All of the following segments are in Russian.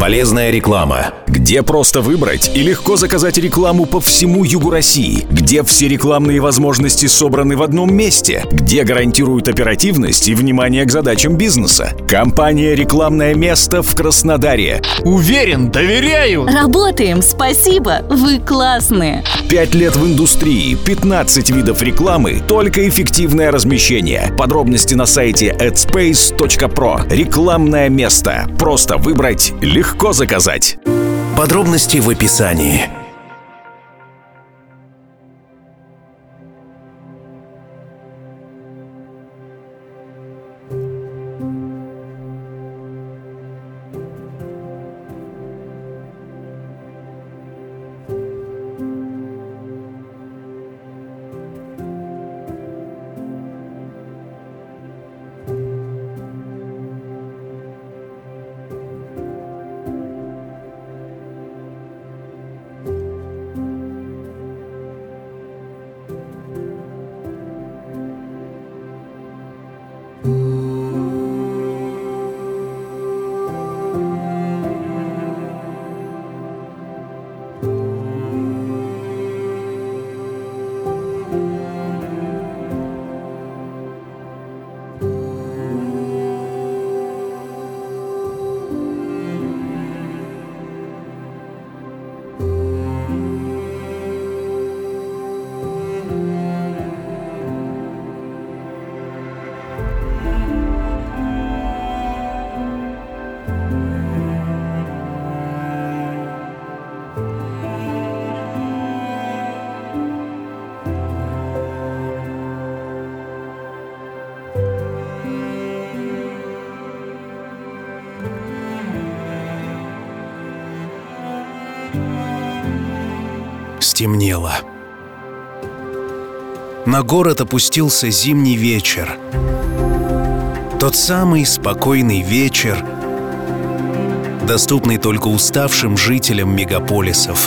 Полезная реклама. Где просто выбрать и легко заказать рекламу по всему югу России. Где все рекламные возможности собраны в одном месте. Где гарантируют оперативность и внимание к задачам бизнеса. Компания «Рекламное место» в Краснодаре. Уверен, доверяю. Работаем, спасибо, вы классные. 5 лет в индустрии, 15 видов рекламы, только эффективное размещение. Подробности на сайте adspace.pro. Рекламное место. Просто выбрать, легко заказать. Подробности в описании. Стемнело. На город опустился зимний вечер. Тот самый спокойный вечер, доступный только уставшим жителям мегаполисов.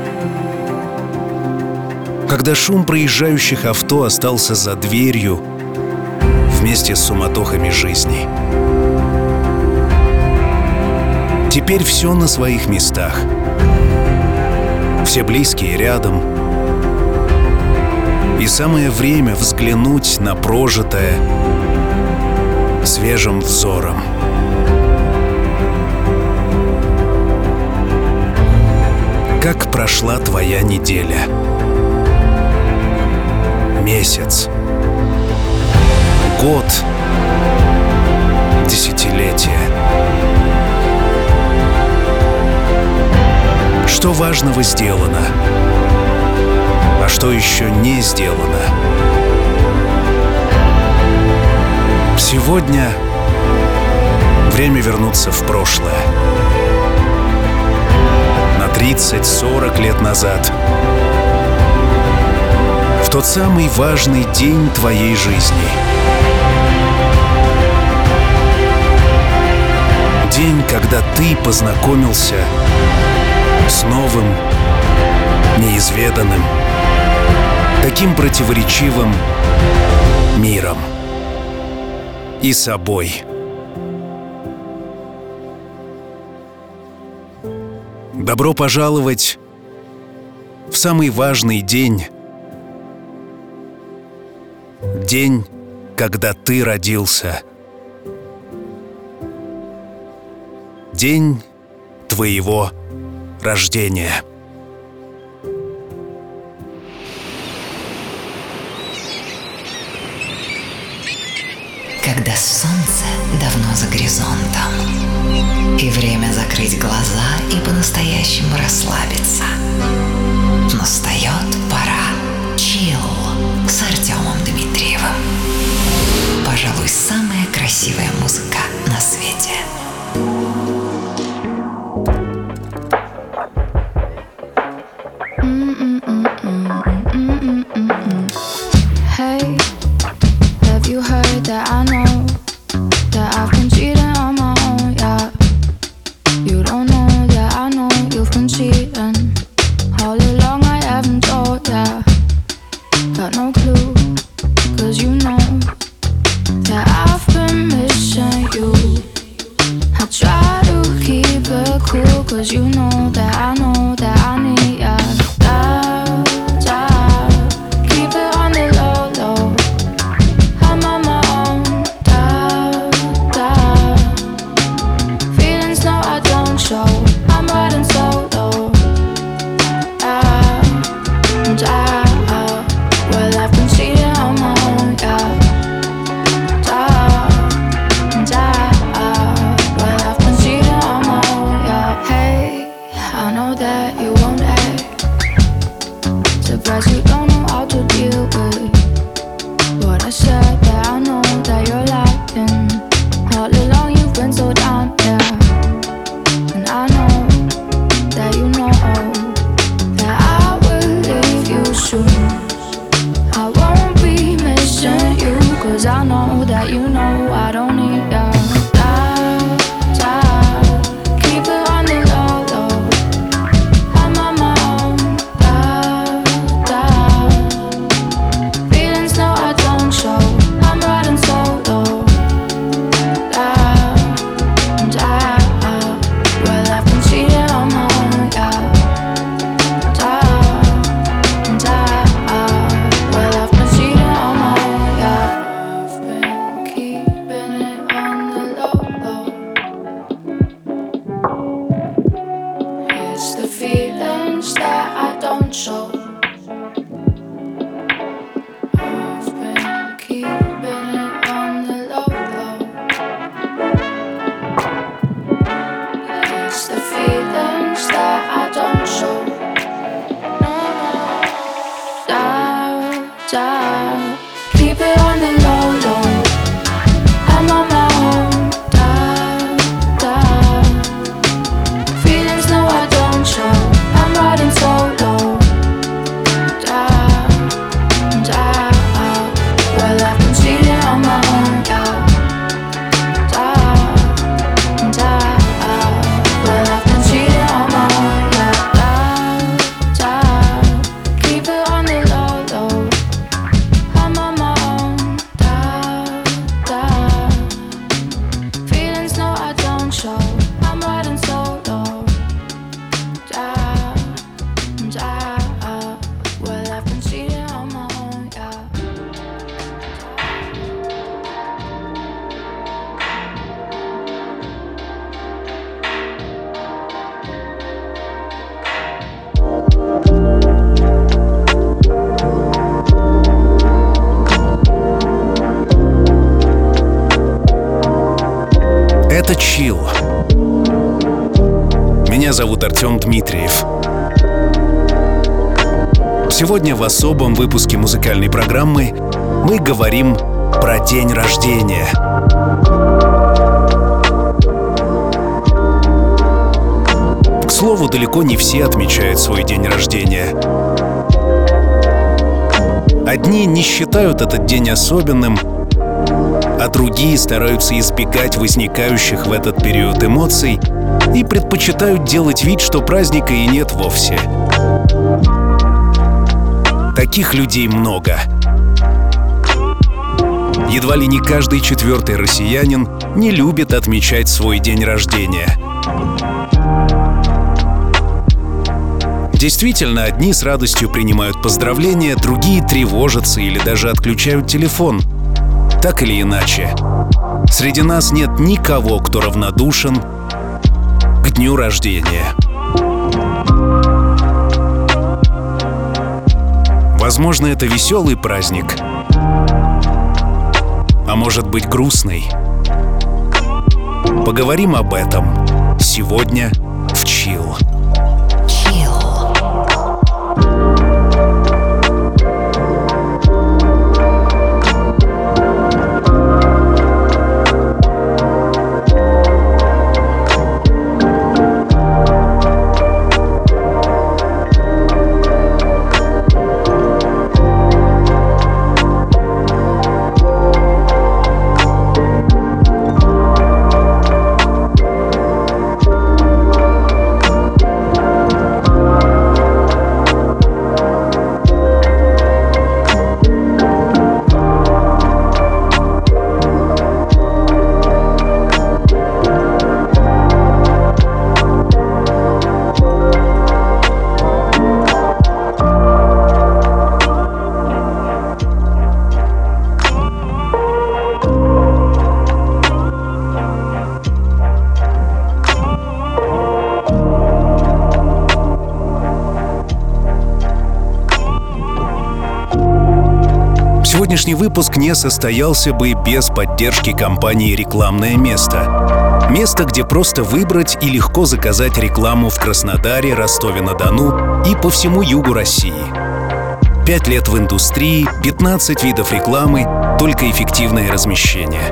Когда шум проезжающих авто остался за дверью вместе с суматохами жизни. Теперь все на своих местах. Все близкие рядом. И самое время взглянуть на прожитое свежим взором. Как прошла твоя неделя? Месяц? Год? Десятилетие? Что важного сделано, а что еще не сделано? Сегодня время вернуться в прошлое. На 30-40 лет назад. В тот самый важный день твоей жизни. День, когда ты познакомился с новым, неизведанным, таким противоречивым миром и собой. Добро пожаловать в самый важный день. День, когда ты родился. День твоего рождения. Когда солнце давно за горизонтом, и время закрыть глаза и по-настоящему расслабиться. Настает пора чилл с Артемом Дмитриевым. Пожалуй, самая красивая музыка на свете. Hey, have you heard that I know that I've been cheating on my own, yeah. You don't know that I know you've been cheating. All along I haven't told, yeah. Got no clue, 'cause you know that I've been missing you. I try to keep it cool, cause you know that I need ya. Keep it on the low, low. I'm on my own, feelings no I don't show. I'm riding solo, well I've been cheating on my own, yeah. Well I've been cheating on my own, yeah. Hey, I know that you won't act surprised you don't know how to deal with what I said, that I know that you're lying. All along you've been so down, yeah. And I know that you know that I will leave you soon. I won't be missing you, cause I know that you know I don't need ya. Keep it on the low, low. I'm on my own, feelings no I don't show. I'm riding solo, well I've been cheating on my own, yeah. Well I've been cheating on my own, yeah. I've been keeping it on the low, low. It's the feelings that I don't show. I've been keeping it on the low, low. It's the feelings that I don't show. No, keep it on the low, low. I'm on my own, feelings no I don't show. I'm riding solo, well I've been cheating on my own, yeah. Well I've been cheating on my own, yeah. Keep it on the low, low. I'm on my own, feelings no I don't show. I'm riding solo, well I've been cheating on my own, yeah. Это Chill. Меня зовут Артем Дмитриев. Сегодня в особом выпуске музыкальной программы мы говорим про день рождения. К слову, далеко не все отмечают свой день рождения. Одни не считают этот день особенным, а другие стараются избегать возникающих в этот период эмоций и предпочитают делать вид, что праздника и нет вовсе. Таких людей много. Едва ли не каждый четвертый россиянин не любит отмечать свой день рождения. Действительно, одни с радостью принимают поздравления, другие тревожатся или даже отключают телефон. Так или иначе, среди нас нет никого, кто равнодушен к дню рождения. Возможно, это веселый праздник, а может быть грустный. Поговорим об этом сегодня в Chill. Сегодняшний выпуск не состоялся бы без поддержки компании «Рекламное место». Место, где просто выбрать и легко заказать рекламу в Краснодаре, Ростове-на-Дону и по всему югу России. 5 лет в индустрии, 15 видов рекламы, только эффективное размещение.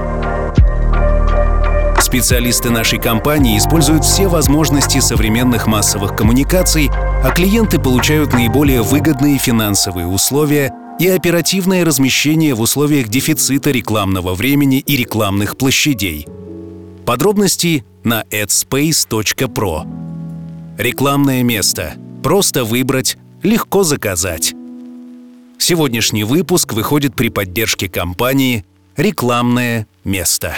Специалисты нашей компании используют все возможности современных массовых коммуникаций, а клиенты получают наиболее выгодные финансовые условия и оперативное размещение в условиях дефицита рекламного времени и рекламных площадей. Подробности на adspace.pro. Рекламное место. Просто выбрать, легко заказать. Сегодняшний выпуск выходит при поддержке компании «Рекламное место».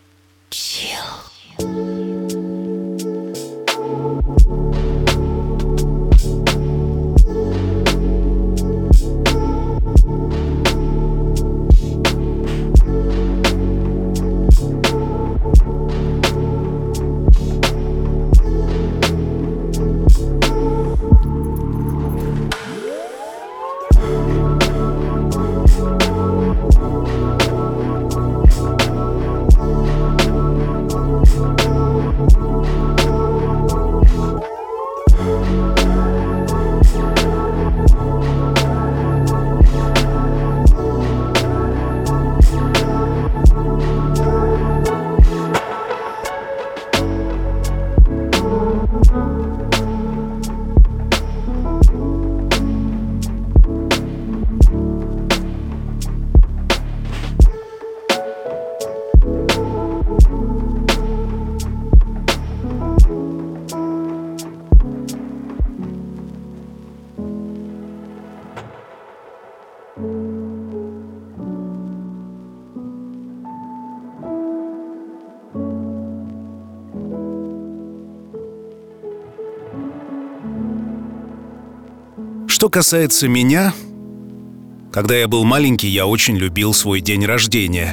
Что касается меня, когда я был маленький, я очень любил свой день рождения.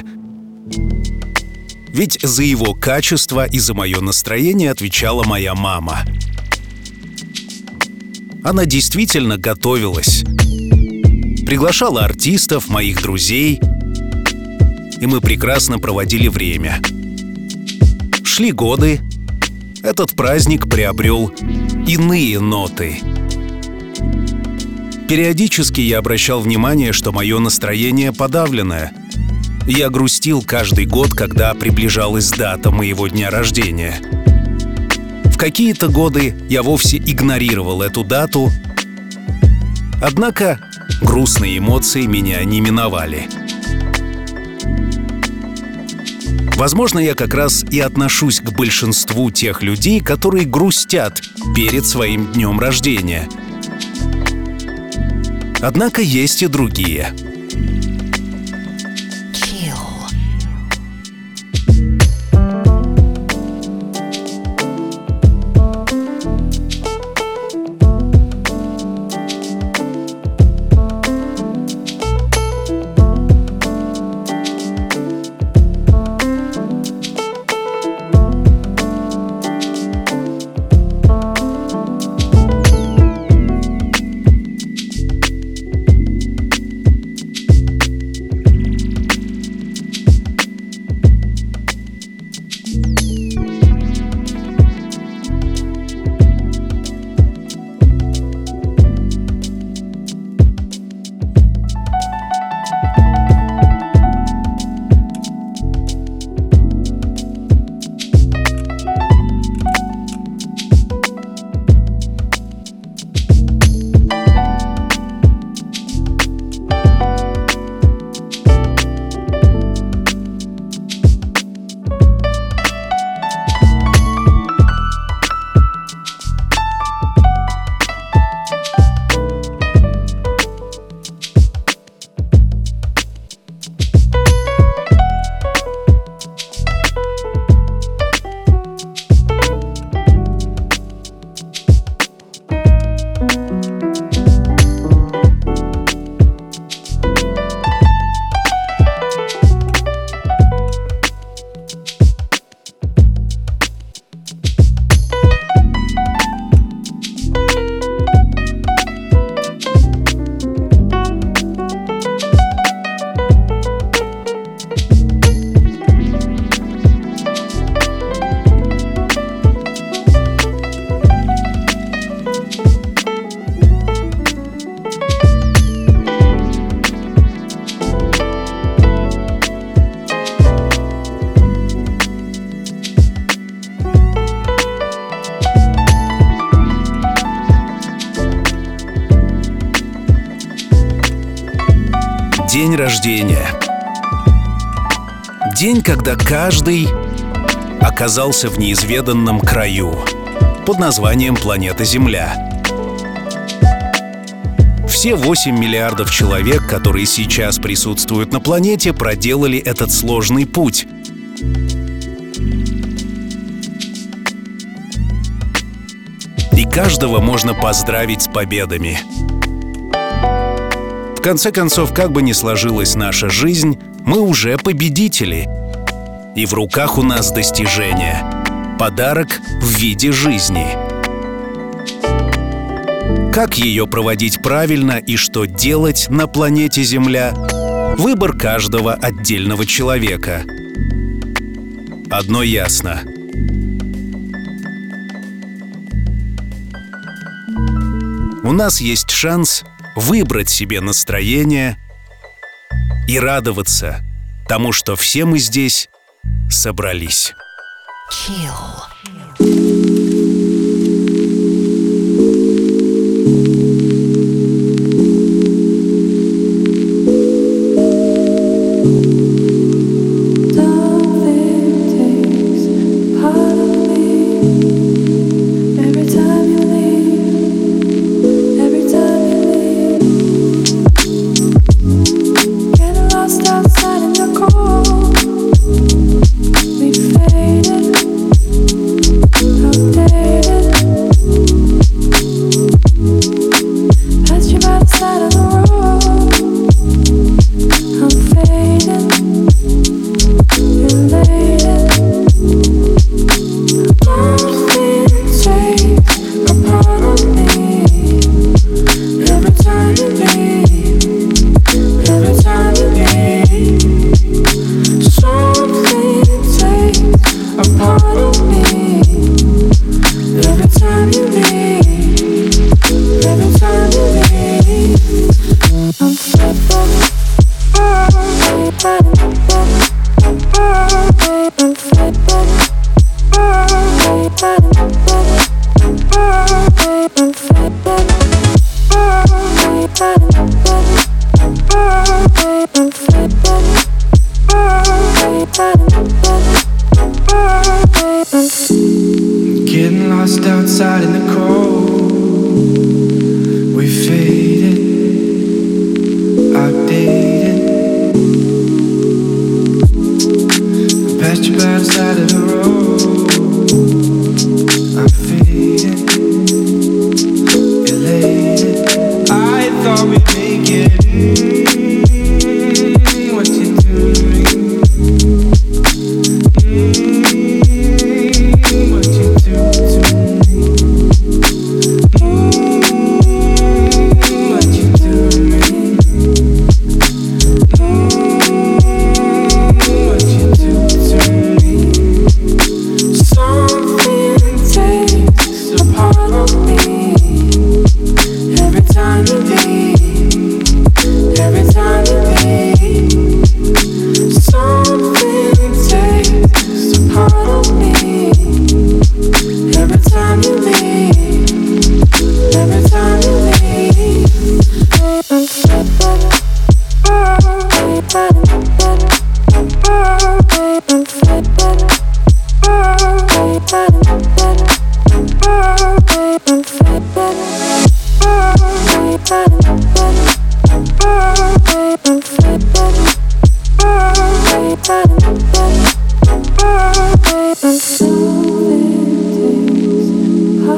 Ведь за его качество и за мое настроение отвечала моя мама. Она действительно готовилась. Приглашала артистов, моих друзей, и мы прекрасно проводили время. Шли годы, этот праздник приобрел иные ноты. Периодически я обращал внимание, что мое настроение подавленное. Я грустил каждый год, когда приближалась дата моего дня рождения. В какие-то годы я вовсе игнорировал эту дату, однако грустные эмоции меня не миновали. Возможно, я как раз и отношусь к большинству тех людей, которые грустят перед своим днем рождения. Однако есть и другие. День рождения. День, когда каждый оказался в неизведанном краю под названием планета Земля. Все 8 миллиардов человек, которые сейчас присутствуют на планете, проделали этот сложный путь. И каждого можно поздравить с победами. В конце концов, как бы ни сложилась наша жизнь, мы уже победители. И в руках у нас достижение. Подарок в виде жизни. Как ее проводить правильно и что делать на планете Земля — выбор каждого отдельного человека. Одно ясно. У нас есть шанс выбрать себе настроение и радоваться тому, что все мы здесь собрались. Getting lost outside in the cold. We faded, outdated. Passed you by the side of the road. I'm fading, elated. I thought we'd make it. What you doing? What you do to me? What you do to me? What you do to me? Something takes a part of me. Every time you leave, every time you leave, something takes a part of me. Every time you leave, every time you leave, part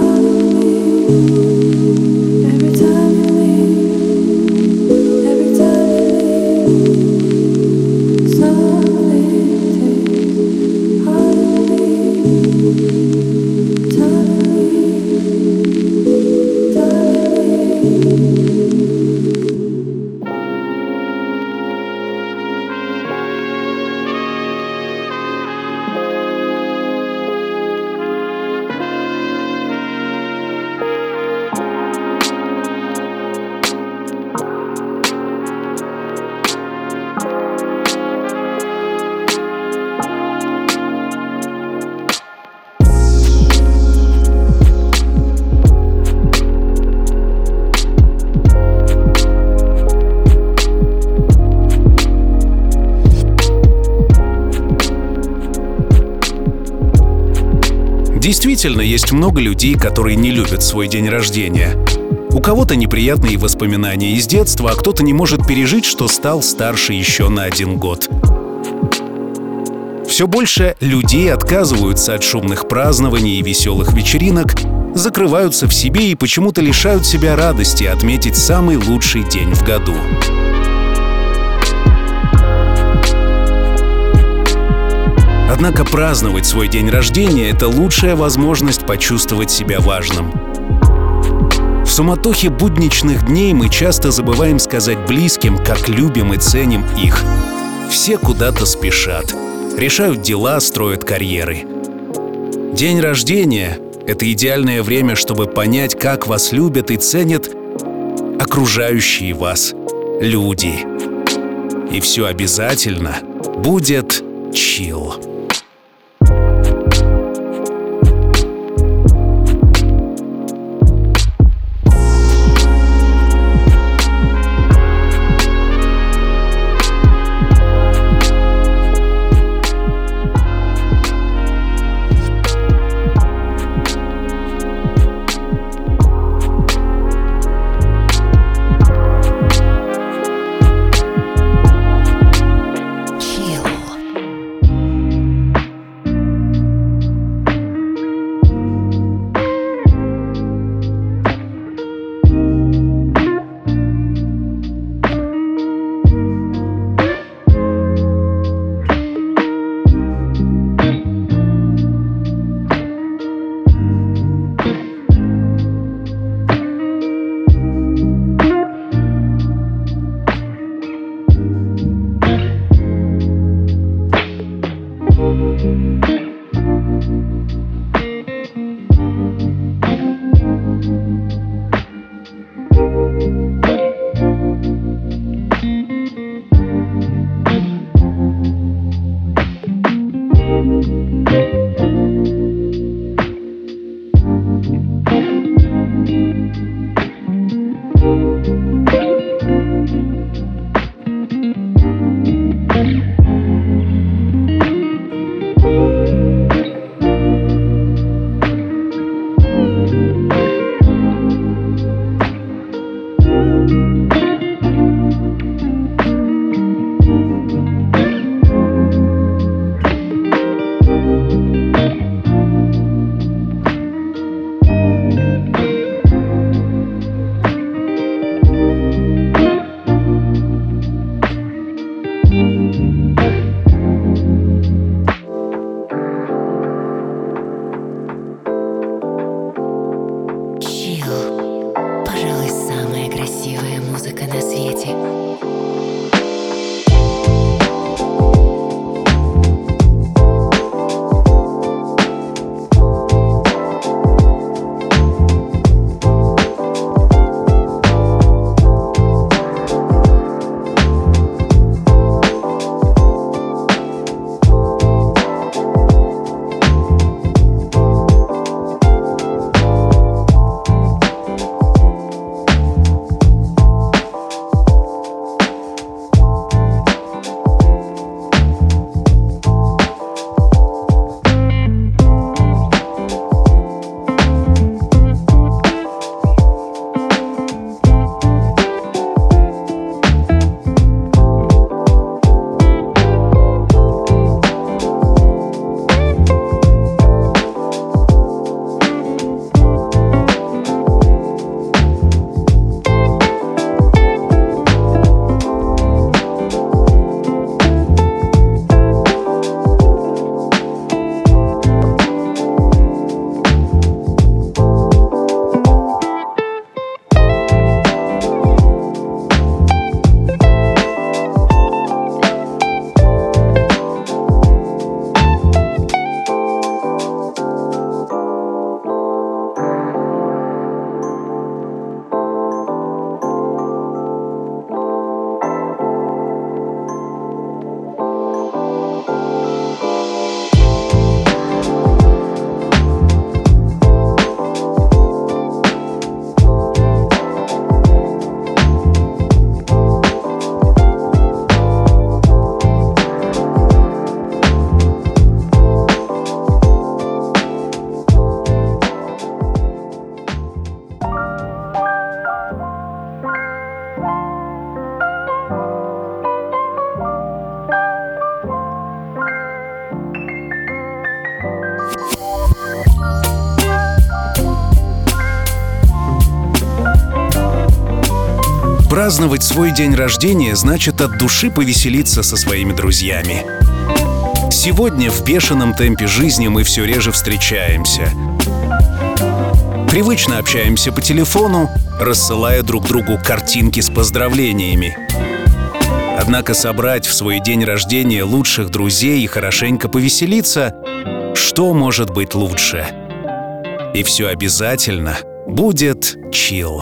Действительно, есть много людей, которые не любят свой день рождения. У кого-то неприятные воспоминания из детства, а кто-то не может пережить, что стал старше еще на 1 год. Все больше людей отказываются от шумных празднований и веселых вечеринок, закрываются в себе и почему-то лишают себя радости отметить самый лучший день в году. Однако праздновать свой день рождения — это лучшая возможность почувствовать себя важным. В суматохе будничных дней мы часто забываем сказать близким, как любим и ценим их. Все куда-то спешат, решают дела, строят карьеры. День рождения — это идеальное время, чтобы понять, как вас любят и ценят окружающие вас люди. И все обязательно будет чилл. Праздновать свой день рождения значит от души повеселиться со своими друзьями. Сегодня в бешеном темпе жизни мы все реже встречаемся. Привычно общаемся по телефону, рассылая друг другу картинки с поздравлениями. Однако собрать в свой день рождения лучших друзей и хорошенько повеселиться — что может быть лучше? И все обязательно будет чилл.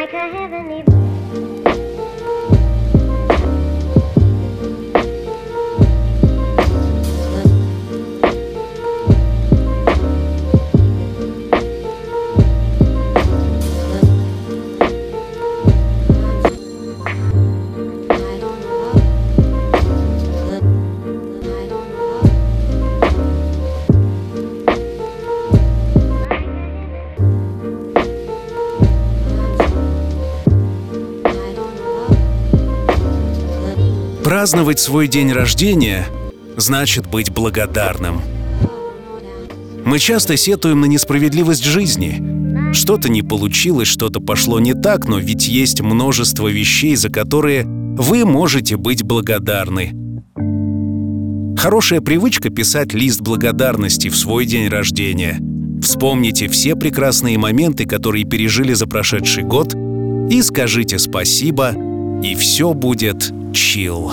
like a heavenly. Праздновать свой день рождения значит быть благодарным. Мы часто сетуем на несправедливость жизни. Что-то не получилось, что-то пошло не так, но ведь есть множество вещей, за которые вы можете быть благодарны. Хорошая привычка — писать лист благодарности в свой день рождения. Вспомните все прекрасные моменты, которые пережили за прошедший год, и скажите спасибо, и все будет чилл.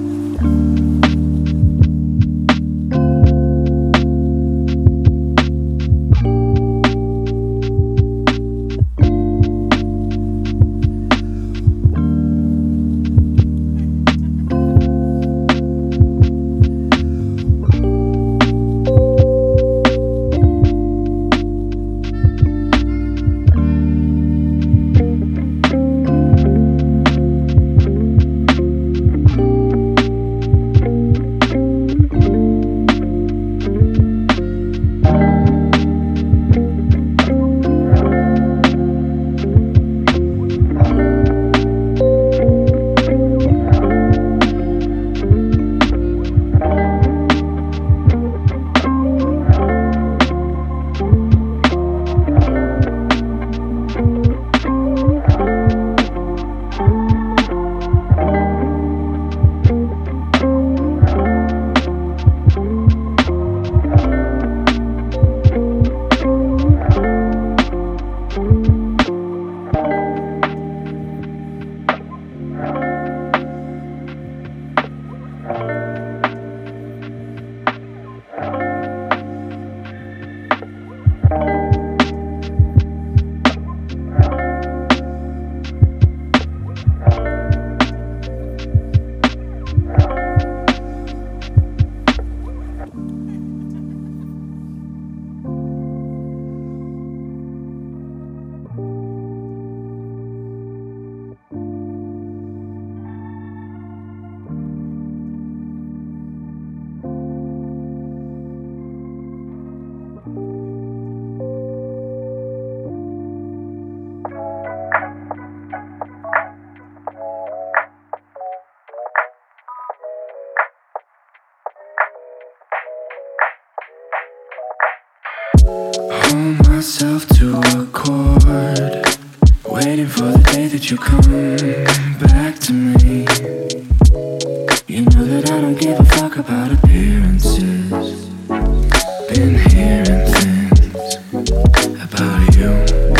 Hold myself to a chord, waiting for the day that you come back to me. You know that I don't give a fuck about appearances. Been hearing things about you.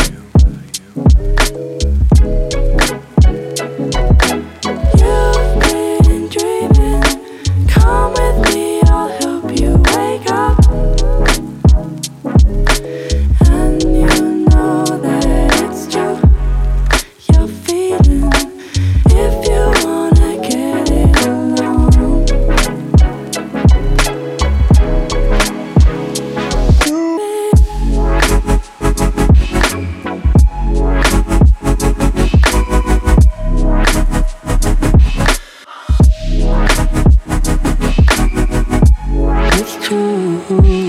You've been dreaming, come with me, I'll help you wake up. And you know that it's true. You're feeling, if you wanna get it alone. It's true.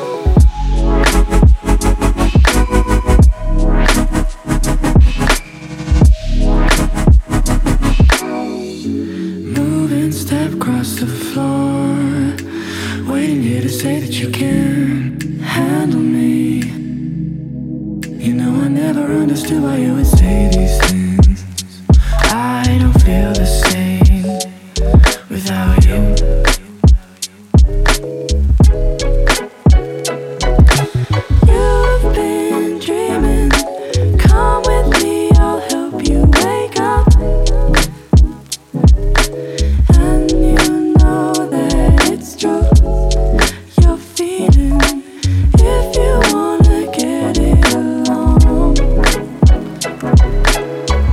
Moving step across the floor, waiting here to say that you can handle me. You know I never understood why you would say these things. I don't feel the same without you. You've been dreaming, come with me, I'll help you wake up. And you know that it's true. You're feeling, if you wanna get it alone.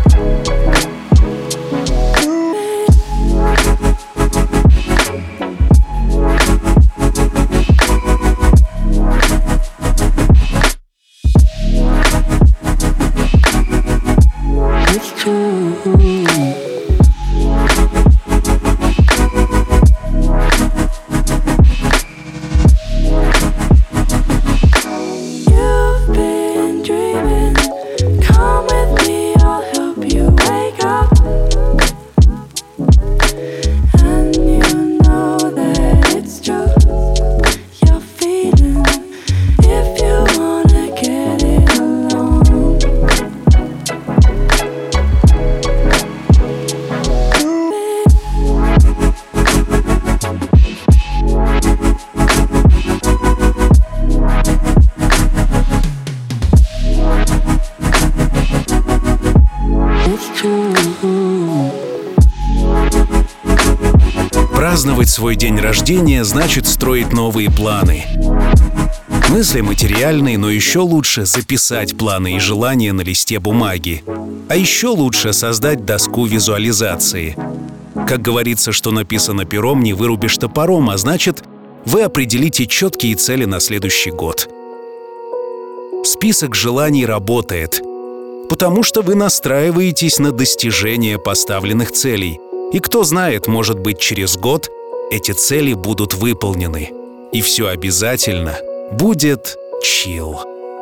Праздновать свой день рождения значит строить новые планы. Мысли материальные, но еще лучше записать планы и желания на листе бумаги. А еще лучше создать доску визуализации. Как говорится, что написано пером, не вырубишь топором, а значит, вы определите четкие цели на следующий год. Список желаний работает, потому что вы настраиваетесь на достижение поставленных целей. И кто знает, может быть, через год эти цели будут выполнены. И все обязательно будет чилл.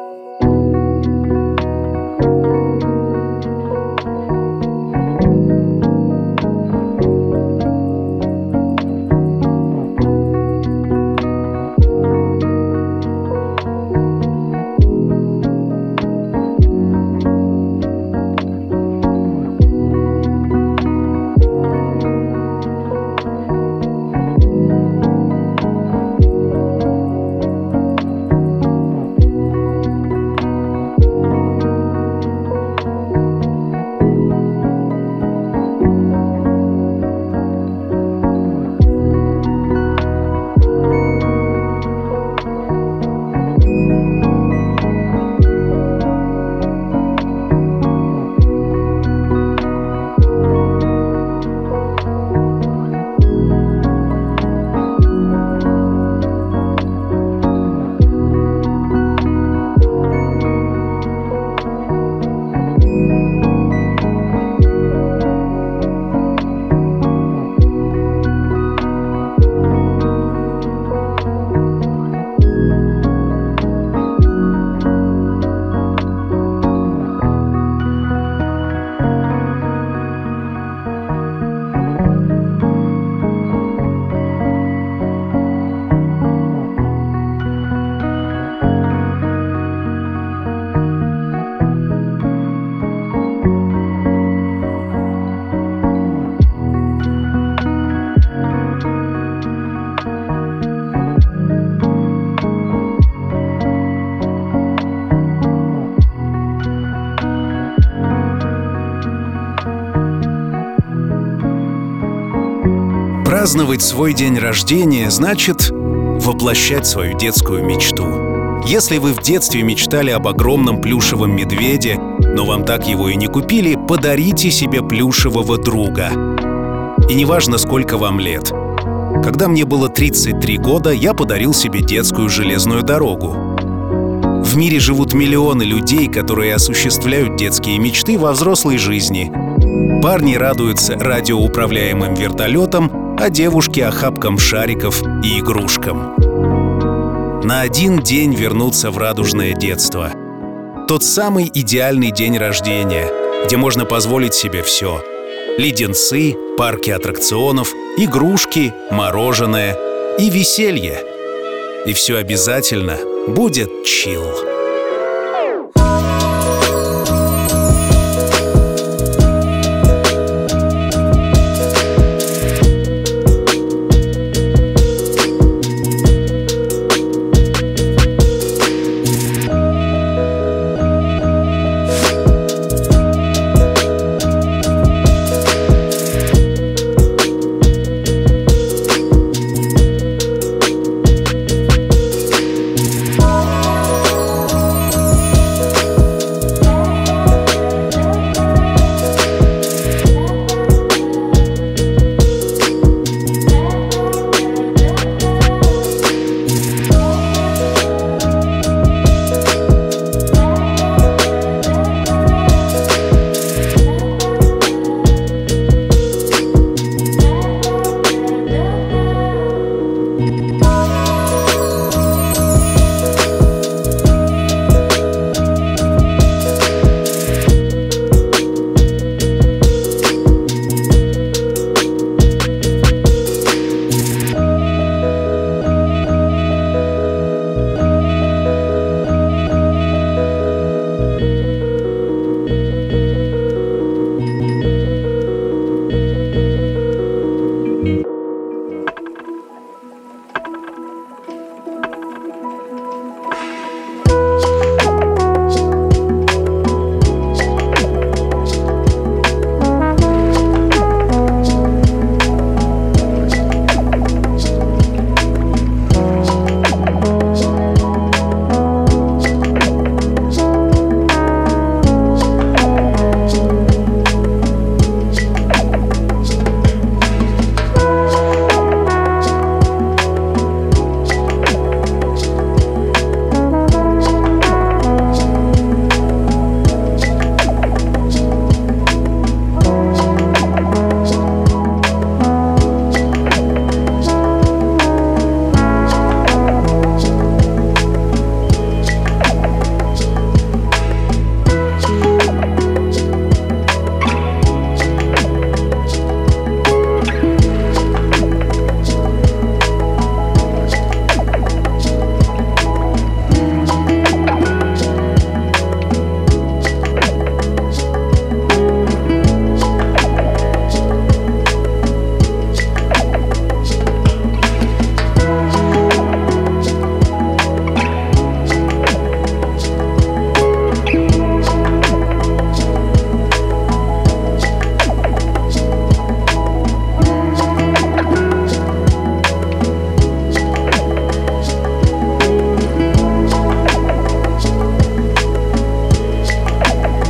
Праздновать свой день рождения значит воплощать свою детскую мечту. Если вы в детстве мечтали об огромном плюшевом медведе, но вам так его и не купили, подарите себе плюшевого друга. И неважно, сколько вам лет. Когда мне было 33 года, я подарил себе детскую железную дорогу. В мире живут миллионы людей, которые осуществляют детские мечты во взрослой жизни. Парни радуются радиоуправляемым вертолетам, а девушки — охапкам шариков и игрушкам. На один день вернуться в радужное детство. Тот самый идеальный день рождения, где можно позволить себе все. Леденцы, парки аттракционов, игрушки, мороженое и веселье. И все обязательно будет чилл.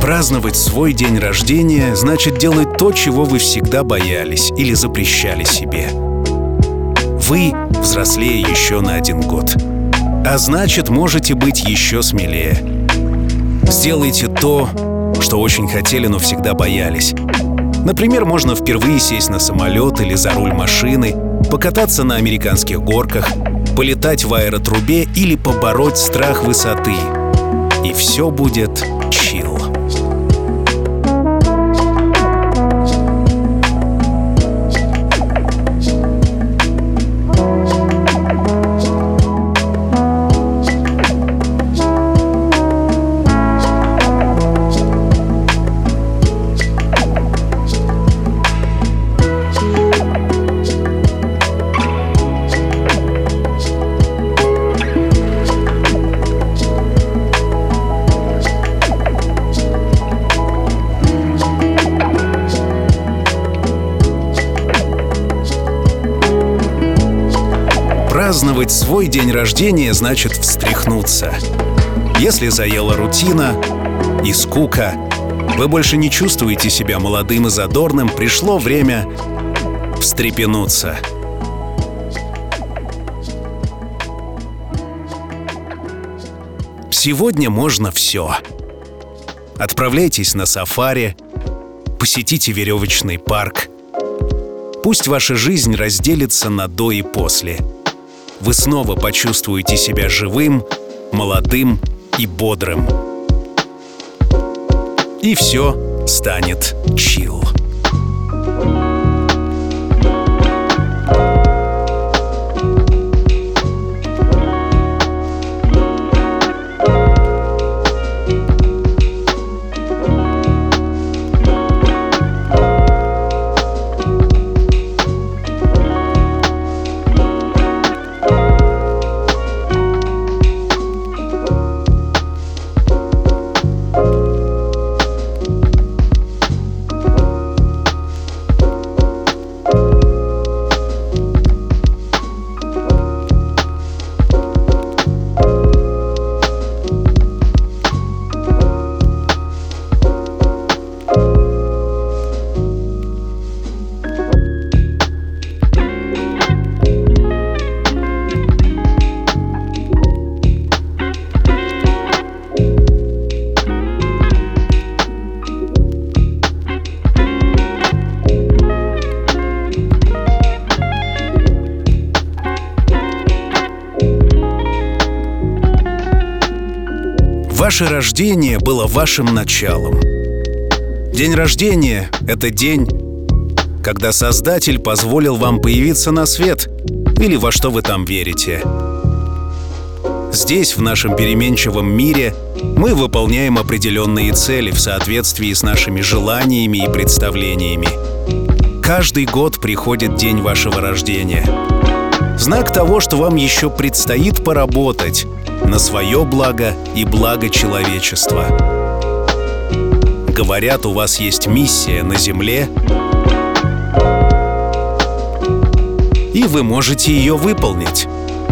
Праздновать свой день рождения значит делать то, чего вы всегда боялись или запрещали себе. Вы взрослее еще на 1 год. А значит, можете быть еще смелее. Сделайте то, что очень хотели, но всегда боялись. Например, можно впервые сесть на самолет или за руль машины, покататься на американских горках, полетать в аэротрубе или побороть страх высоты. И все будет чилл. Праздновать свой день рождения значит встряхнуться. Если заела рутина и скука, вы больше не чувствуете себя молодым и задорным, пришло время встрепенуться. Сегодня можно все. Отправляйтесь на сафари, посетите веревочный парк. Пусть ваша жизнь разделится на до и после. Вы снова почувствуете себя живым, молодым и бодрым. И все станет чилл. Ваше рождение было вашим началом. День рождения — это день, когда Создатель позволил вам появиться на свет, или во что вы там верите. Здесь, в нашем переменчивом мире, мы выполняем определенные цели в соответствии с нашими желаниями и представлениями. Каждый год приходит день вашего рождения. Знак того, что вам еще предстоит поработать на свое благо и благо человечества. Говорят, у вас есть миссия на Земле, и вы можете ее выполнить.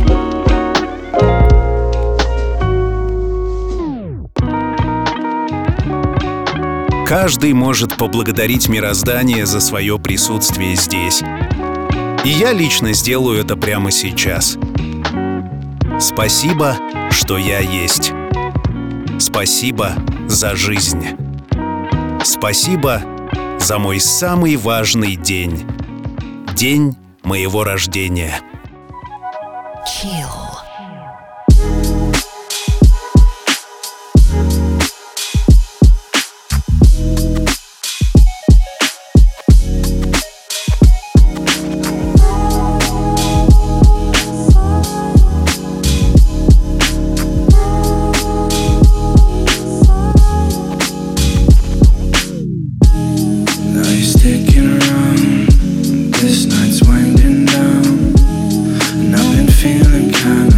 Каждый может поблагодарить мироздание за свое присутствие здесь. И я лично сделаю это прямо сейчас. Спасибо, что я есть. Спасибо за жизнь. Спасибо за мой самый важный день. День моего рождения. Chill. This night's winding down, and I've been feeling kind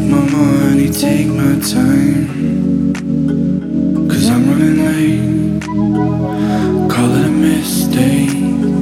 my money, take my time, 'cause I'm running late. Call it a mistake.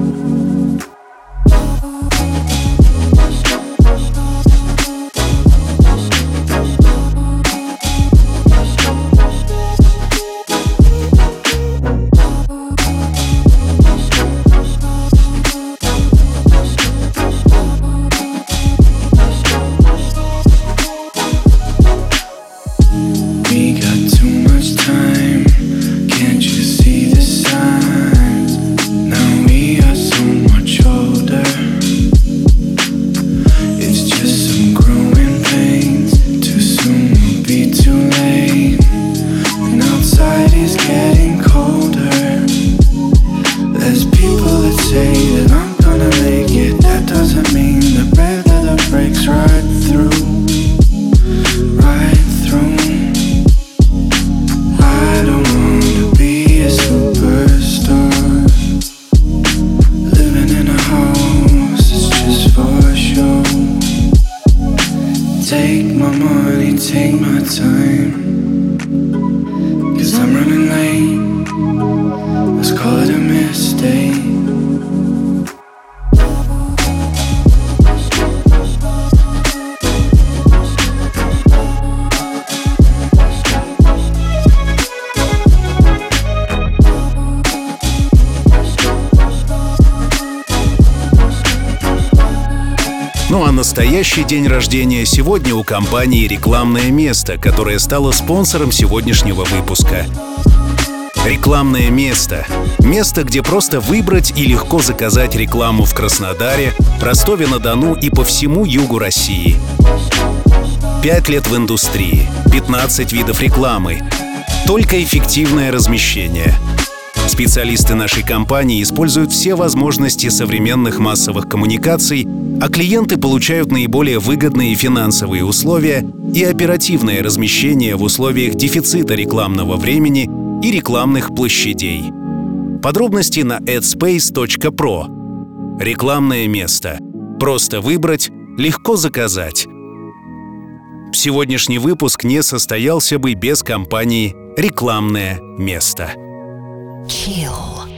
Take my money, take my time, 'cause I'm running late. Let's call it a mistake. Ну а настоящий день рождения сегодня у компании «Рекламное место», которая стала спонсором сегодняшнего выпуска. Рекламное место. Место, где просто выбрать и легко заказать рекламу в Краснодаре, Ростове-на-Дону и по всему югу России. 5 лет в индустрии, 15 видов рекламы. Только эффективное размещение. Специалисты нашей компании используют все возможности современных массовых коммуникаций, а клиенты получают наиболее выгодные финансовые условия и оперативное размещение в условиях дефицита рекламного времени и рекламных площадей. Подробности на adspace.pro. Рекламное место. Просто выбрать, легко заказать. Сегодняшний выпуск не состоялся бы без компании «Рекламное место». Chill.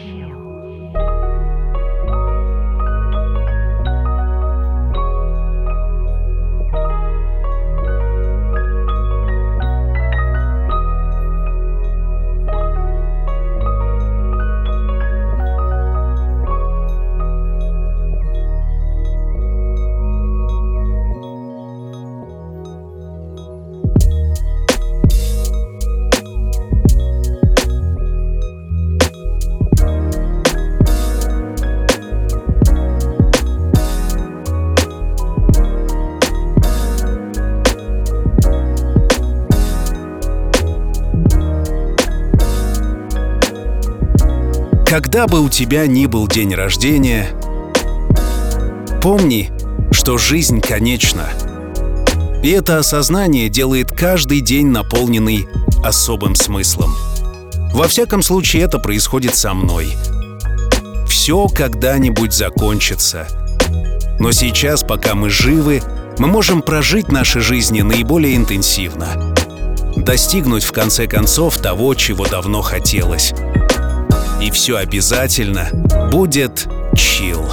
Когда бы у тебя ни был день рождения, помни, что жизнь конечна. И это осознание делает каждый день наполненный особым смыслом. Во всяком случае, это происходит со мной. Все когда-нибудь закончится. Но сейчас, пока мы живы, мы можем прожить наши жизни наиболее интенсивно. Достигнуть, в конце концов, того, чего давно хотелось. И все обязательно будет chill.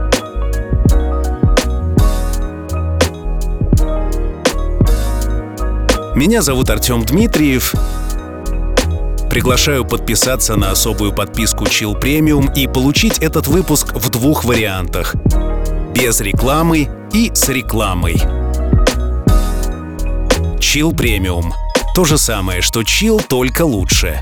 Меня зовут Артем Дмитриев. Приглашаю подписаться на особую подписку Chill Premium и получить этот выпуск в 2 вариантах: без рекламы и с рекламой. Chill Premium. То же самое, что Chill, только лучше.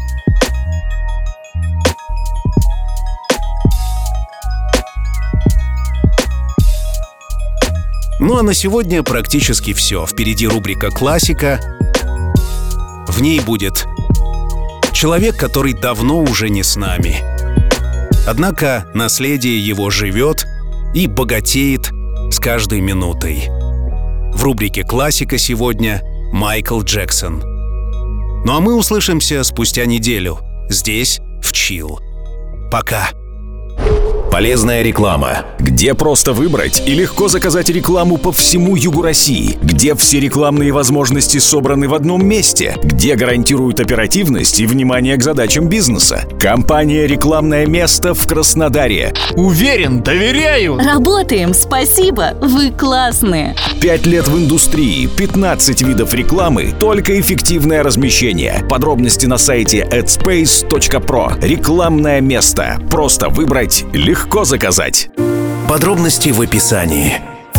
Ну а на сегодня практически все. Впереди рубрика «Классика». В ней будет человек, который давно уже не с нами. Однако наследие его живет и богатеет с каждой минутой. В рубрике «Классика» сегодня Майкл Джексон. Ну а мы услышимся спустя неделю здесь, в Chill. Пока! Полезная реклама. Где просто выбрать и легко заказать рекламу по всему югу России. Где все рекламные возможности собраны в одном месте. Где гарантируют оперативность и внимание к задачам бизнеса. Компания «Рекламное место» в Краснодаре. Уверен, доверяю. Работаем, спасибо, вы классные. 5 лет в индустрии, 15 видов рекламы, только эффективное размещение. Подробности на сайте adspace.pro. Рекламное место. Просто выбрать, легко заказать. Подробности в описании.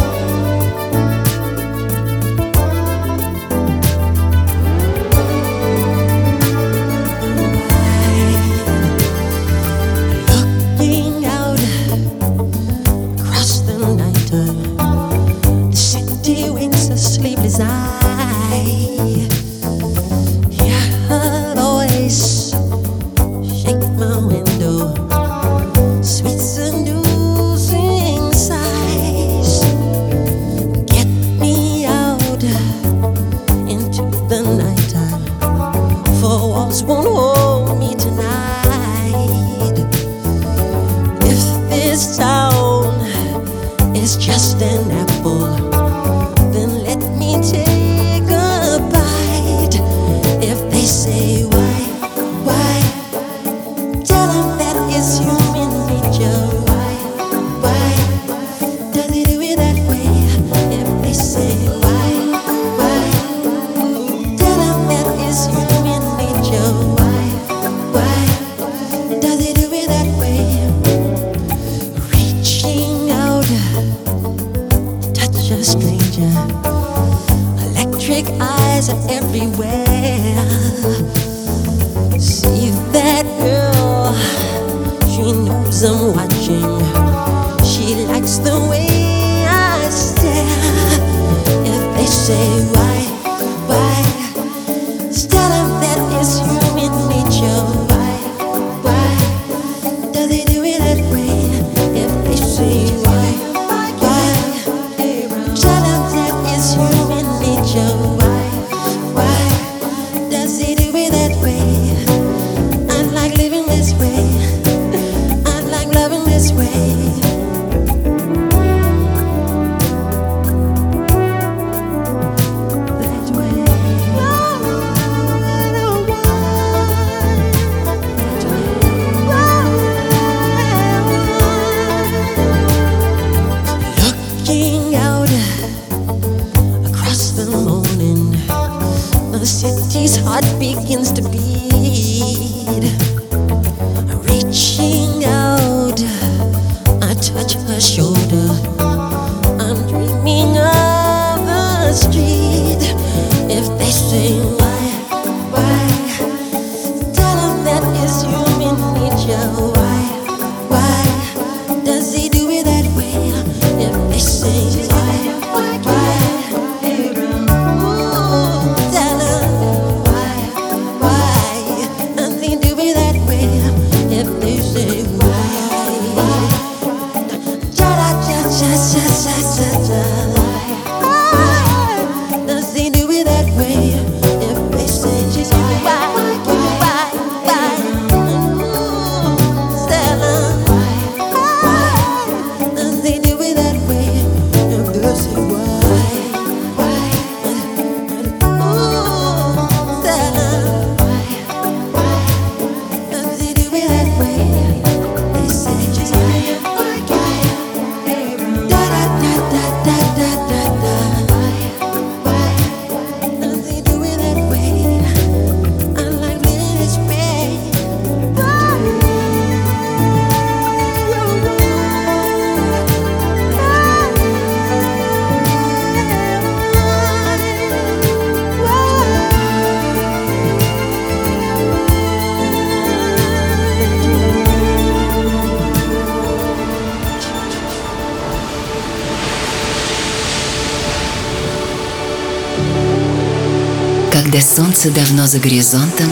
Когда солнце давно за горизонтом,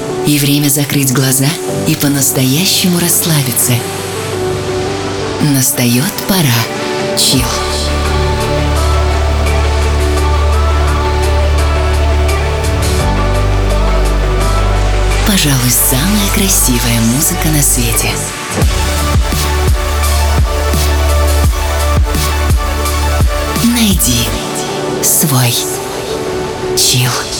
и время закрыть глаза и по-настоящему расслабиться. Настает пора чилл. Пожалуй, самая красивая музыка на свете. найди свой чил.